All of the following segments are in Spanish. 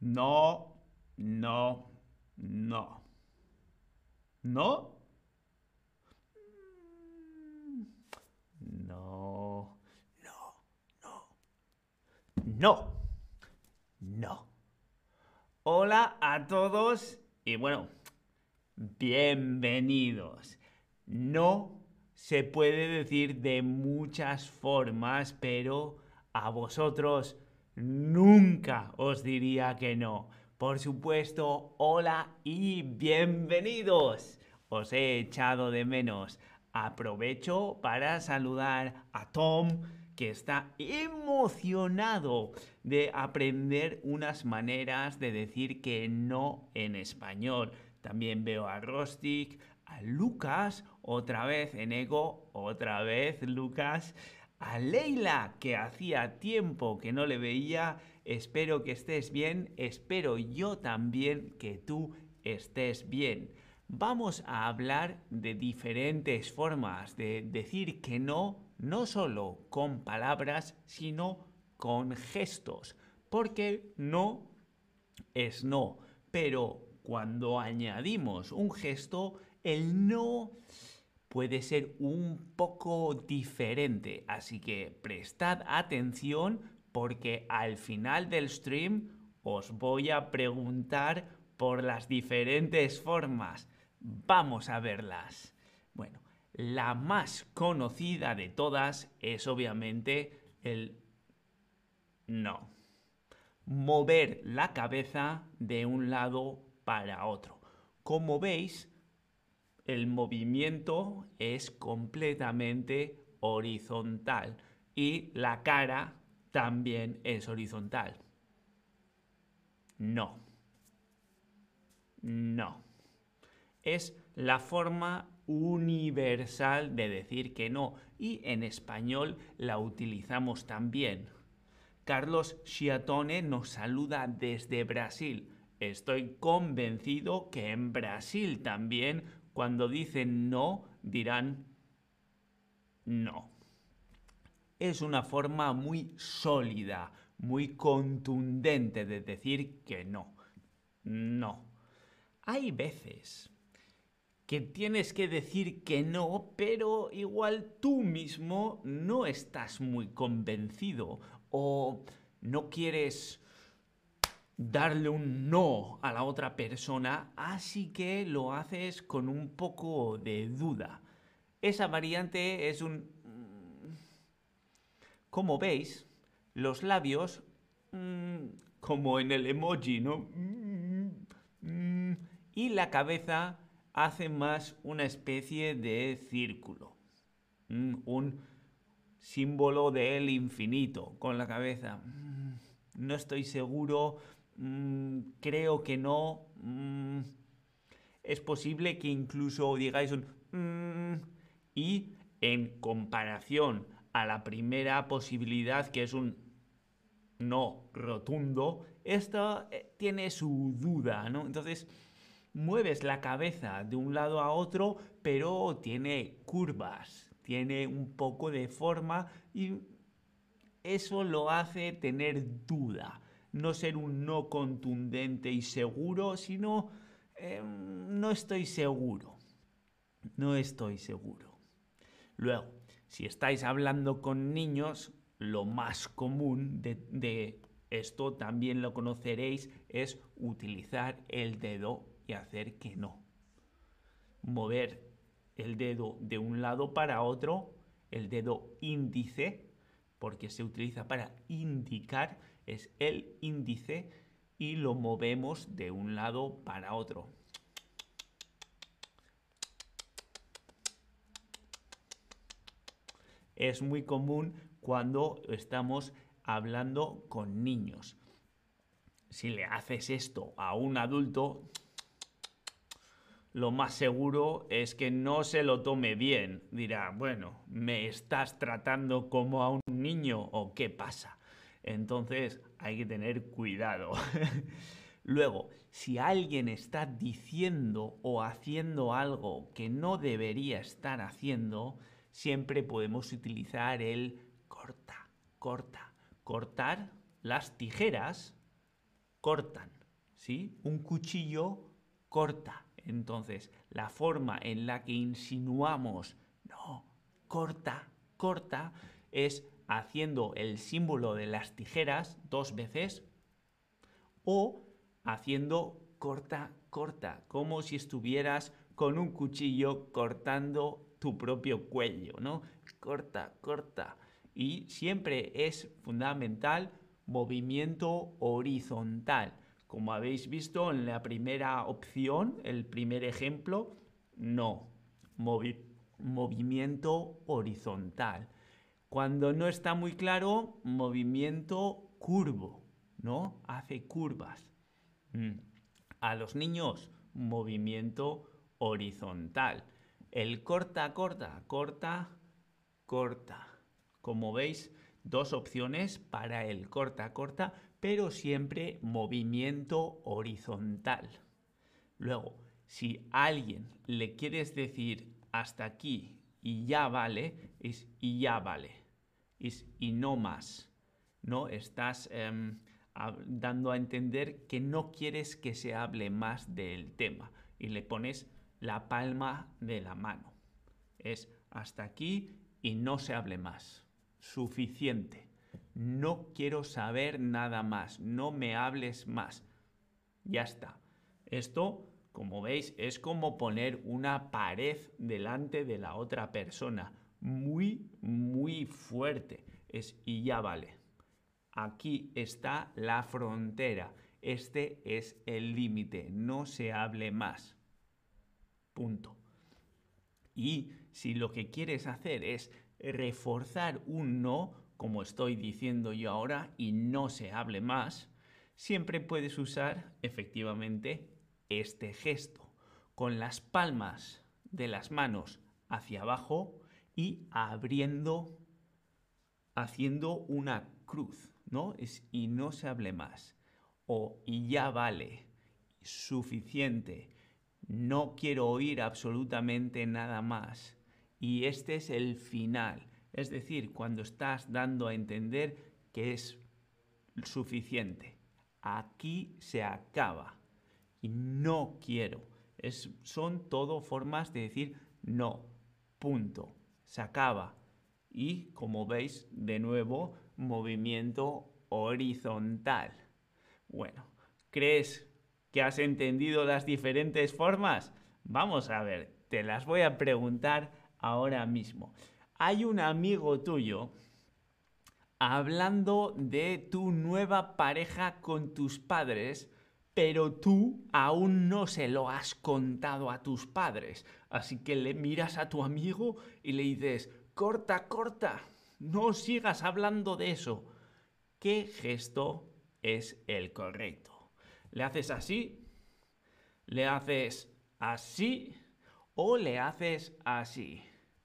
No, no, no. ¿No? No, no, no, no, no. Hola a todos y bueno, bienvenidos. No se puede decir de muchas formas, pero a vosotros nunca os diría que no. Por supuesto, hola y bienvenidos. Os he echado de menos. Aprovecho para saludar a Tom, que está emocionado de aprender unas maneras de decir que no en español. También veo a Rostic, a Lucas, otra vez en Ego, otra vez Lucas, a Leila, que hacía tiempo que no le veía. Espero que estés bien, espero yo también que tú estés bien. Vamos a hablar de diferentes formas de decir que no, no solo con palabras, sino con gestos. Porque no es no, pero cuando añadimos un gesto, el no puede ser un poco diferente. Así que prestad atención porque al final del stream os voy a preguntar por las diferentes formas. Vamos a verlas. Bueno, la más conocida de todas es obviamente el no. Mover la cabeza de un lado para otro. Como veis, el movimiento es completamente horizontal y la cara también es horizontal. No, no. Es la forma universal de decir que no y en español la utilizamos también. Carlos Chiatone nos saluda desde Brasil. Estoy convencido que en Brasil también, cuando dicen no, dirán no. Es una forma muy sólida, muy contundente de decir que no. No. Hay veces que tienes que decir que no, pero igual tú mismo no estás muy convencido o no quieres darle un no a la otra persona, así que lo haces con un poco de duda. Esa variante es un... Como veis, los labios, como en el emoji, ¿no? Y la cabeza hace más una especie de círculo. Un símbolo del infinito con la cabeza. No estoy seguro. Creo que no. Es posible que incluso digáis un y en comparación a la primera posibilidad que es un no rotundo, esta tiene su duda, ¿no? Entonces mueves la cabeza de un lado a otro, pero tiene curvas, tiene un poco de forma y eso lo hace tener duda, no ser un no contundente y seguro, sino no estoy seguro, no estoy seguro. Luego, si estáis hablando con niños, lo más común de esto también lo conoceréis es utilizar el dedo y hacer que no. Mover el dedo de un lado para otro, el dedo índice, porque se utiliza para indicar, es el índice y lo movemos de un lado para otro. Es muy común cuando estamos hablando con niños. Si le haces esto a un adulto, lo más seguro es que no se lo tome bien. Dirá, bueno, ¿me estás tratando como a un niño o qué pasa? Entonces hay que tener cuidado. Luego, si alguien está diciendo o haciendo algo que no debería estar haciendo, siempre podemos utilizar el corta, corta. Cortar las tijeras, cortan, ¿sí? Un cuchillo corta. Entonces, la forma en la que insinuamos, no, corta, corta, es haciendo el símbolo de las tijeras 2 veces o haciendo corta, corta, como si estuvieras con un cuchillo cortando tu propio cuello, ¿no? Corta, corta. Y siempre es fundamental movimiento horizontal. Como habéis visto en la primera opción, el primer ejemplo, no. Movimiento horizontal. Cuando no está muy claro, movimiento curvo, ¿no? Hace curvas. A los niños, movimiento horizontal. El corta, corta, corta, corta. Como veis, 2 opciones para el corta, corta, pero siempre movimiento horizontal. Luego, si a alguien le quieres decir hasta aquí y ya vale, es y ya vale. Es y no más. ¿No? Estás dando a entender que no quieres que se hable más del tema. Y le pones la palma de la mano. Es hasta aquí y no se hable más. Suficiente. No quiero saber nada más. No me hables más. Ya está. Esto, como veis, es como poner una pared delante de la otra persona. Muy, muy fuerte. Es y ya vale. Aquí está la frontera. Este es el límite. No se hable más. Punto. Y si lo que quieres hacer es reforzar un no, como estoy diciendo yo ahora, y no se hable más, siempre puedes usar efectivamente este gesto, con las palmas de las manos hacia abajo y abriendo, haciendo una cruz, ¿no? Es y no se hable más. O y ya vale, suficiente, no quiero oír absolutamente nada más. Y este es el final. Es decir, cuando estás dando a entender que es suficiente. Aquí se acaba. Y no quiero. Son todo formas de decir no. Punto. Se acaba. Y como veis, de nuevo, movimiento horizontal. Bueno, ¿crees que has entendido las diferentes formas? Vamos a ver, te las voy a preguntar ahora mismo. Hay un amigo tuyo hablando de tu nueva pareja con tus padres, pero tú aún no se lo has contado a tus padres. Así que le miras a tu amigo y le dices, corta, corta, no sigas hablando de eso. ¿Qué gesto es el correcto? ¿Le haces así? ¿Le haces así? ¿O le haces así?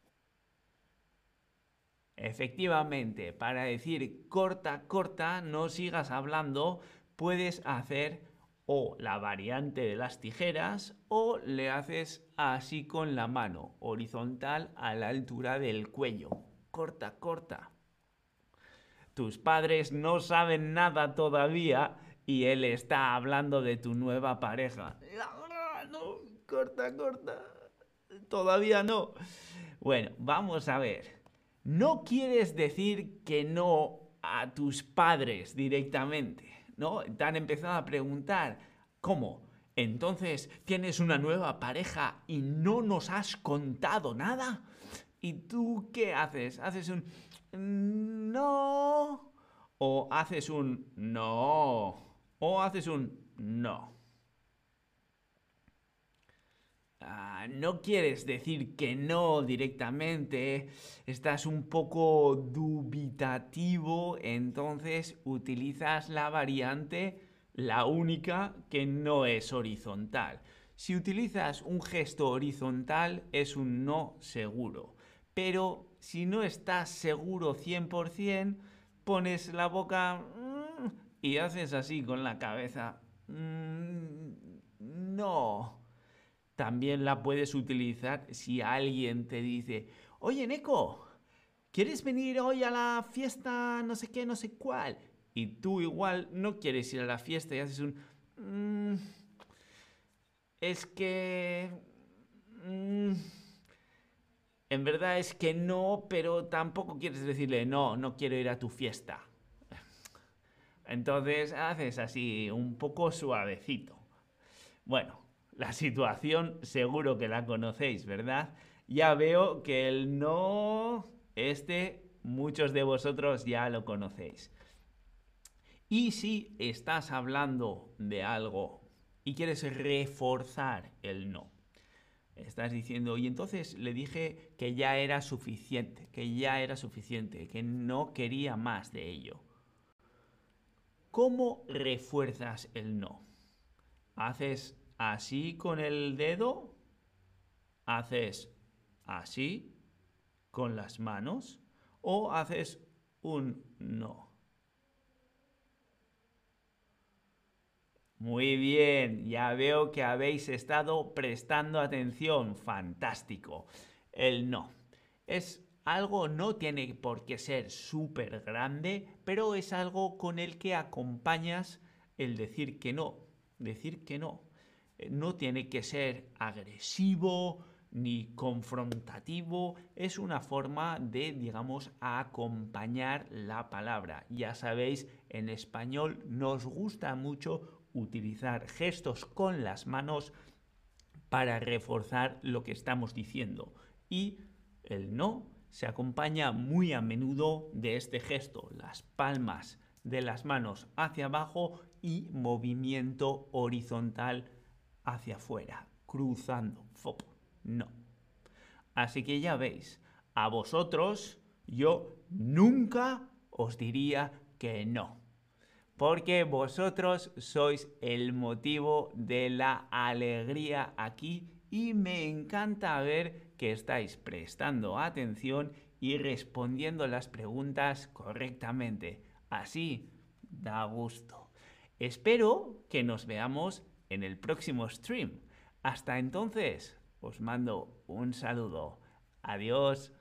Efectivamente, para decir corta, corta, no sigas hablando, puedes hacer o la variante de las tijeras o le haces así con la mano, horizontal a la altura del cuello. Corta, corta. Tus padres no saben nada todavía y él está hablando de tu nueva pareja. No, corta, corta. Todavía no. Bueno, vamos a ver. No quieres decir que no a tus padres directamente, ¿no? Te han empezado a preguntar, ¿cómo? Entonces, ¿tienes una nueva pareja y no nos has contado nada? ¿Y tú qué haces? ¿Haces un no? ¿O haces un no? ¿O haces un no? No quieres decir que no directamente, estás un poco dubitativo, entonces utilizas la variante, la única que no es horizontal. Si utilizas un gesto horizontal es un no seguro, pero si no estás seguro 100%, pones la boca y haces así con la cabeza. No. También la puedes utilizar si alguien te dice, oye, Neko, ¿quieres venir hoy a la fiesta no sé qué, no sé cuál? y tú igual no quieres ir a la fiesta y haces un... es que... en verdad es que no, pero tampoco quieres decirle no, no quiero ir a tu fiesta. Entonces haces así un poco suavecito. Bueno, la situación seguro que la conocéis, ¿verdad? Ya veo que el no, muchos de vosotros ya lo conocéis. Y si estás hablando de algo y quieres reforzar el no, estás diciendo, y entonces le dije que ya era suficiente, que no quería más de ello. ¿Cómo refuerzas el no? ¿Haces así con el dedo? ¿Haces así con las manos? ¿O haces un no? Muy bien, ya veo que habéis estado prestando atención. Fantástico. El no. Es algo, no tiene por qué ser súper grande, pero es algo con el que acompañas el decir que no. Decir que no. No tiene que ser agresivo ni confrontativo, es una forma de, digamos, acompañar la palabra. Ya sabéis, en español nos gusta mucho utilizar gestos con las manos para reforzar lo que estamos diciendo. Y el no se acompaña muy a menudo de este gesto, las palmas de las manos hacia abajo y movimiento horizontal hacia afuera, cruzando. Fop. No. Así que ya veis, a vosotros yo nunca os diría que no. Porque vosotros sois el motivo de la alegría aquí y me encanta ver que estáis prestando atención y respondiendo las preguntas correctamente. Así da gusto. Espero que nos veamos en el próximo stream. Hasta entonces, os mando un saludo. Adiós.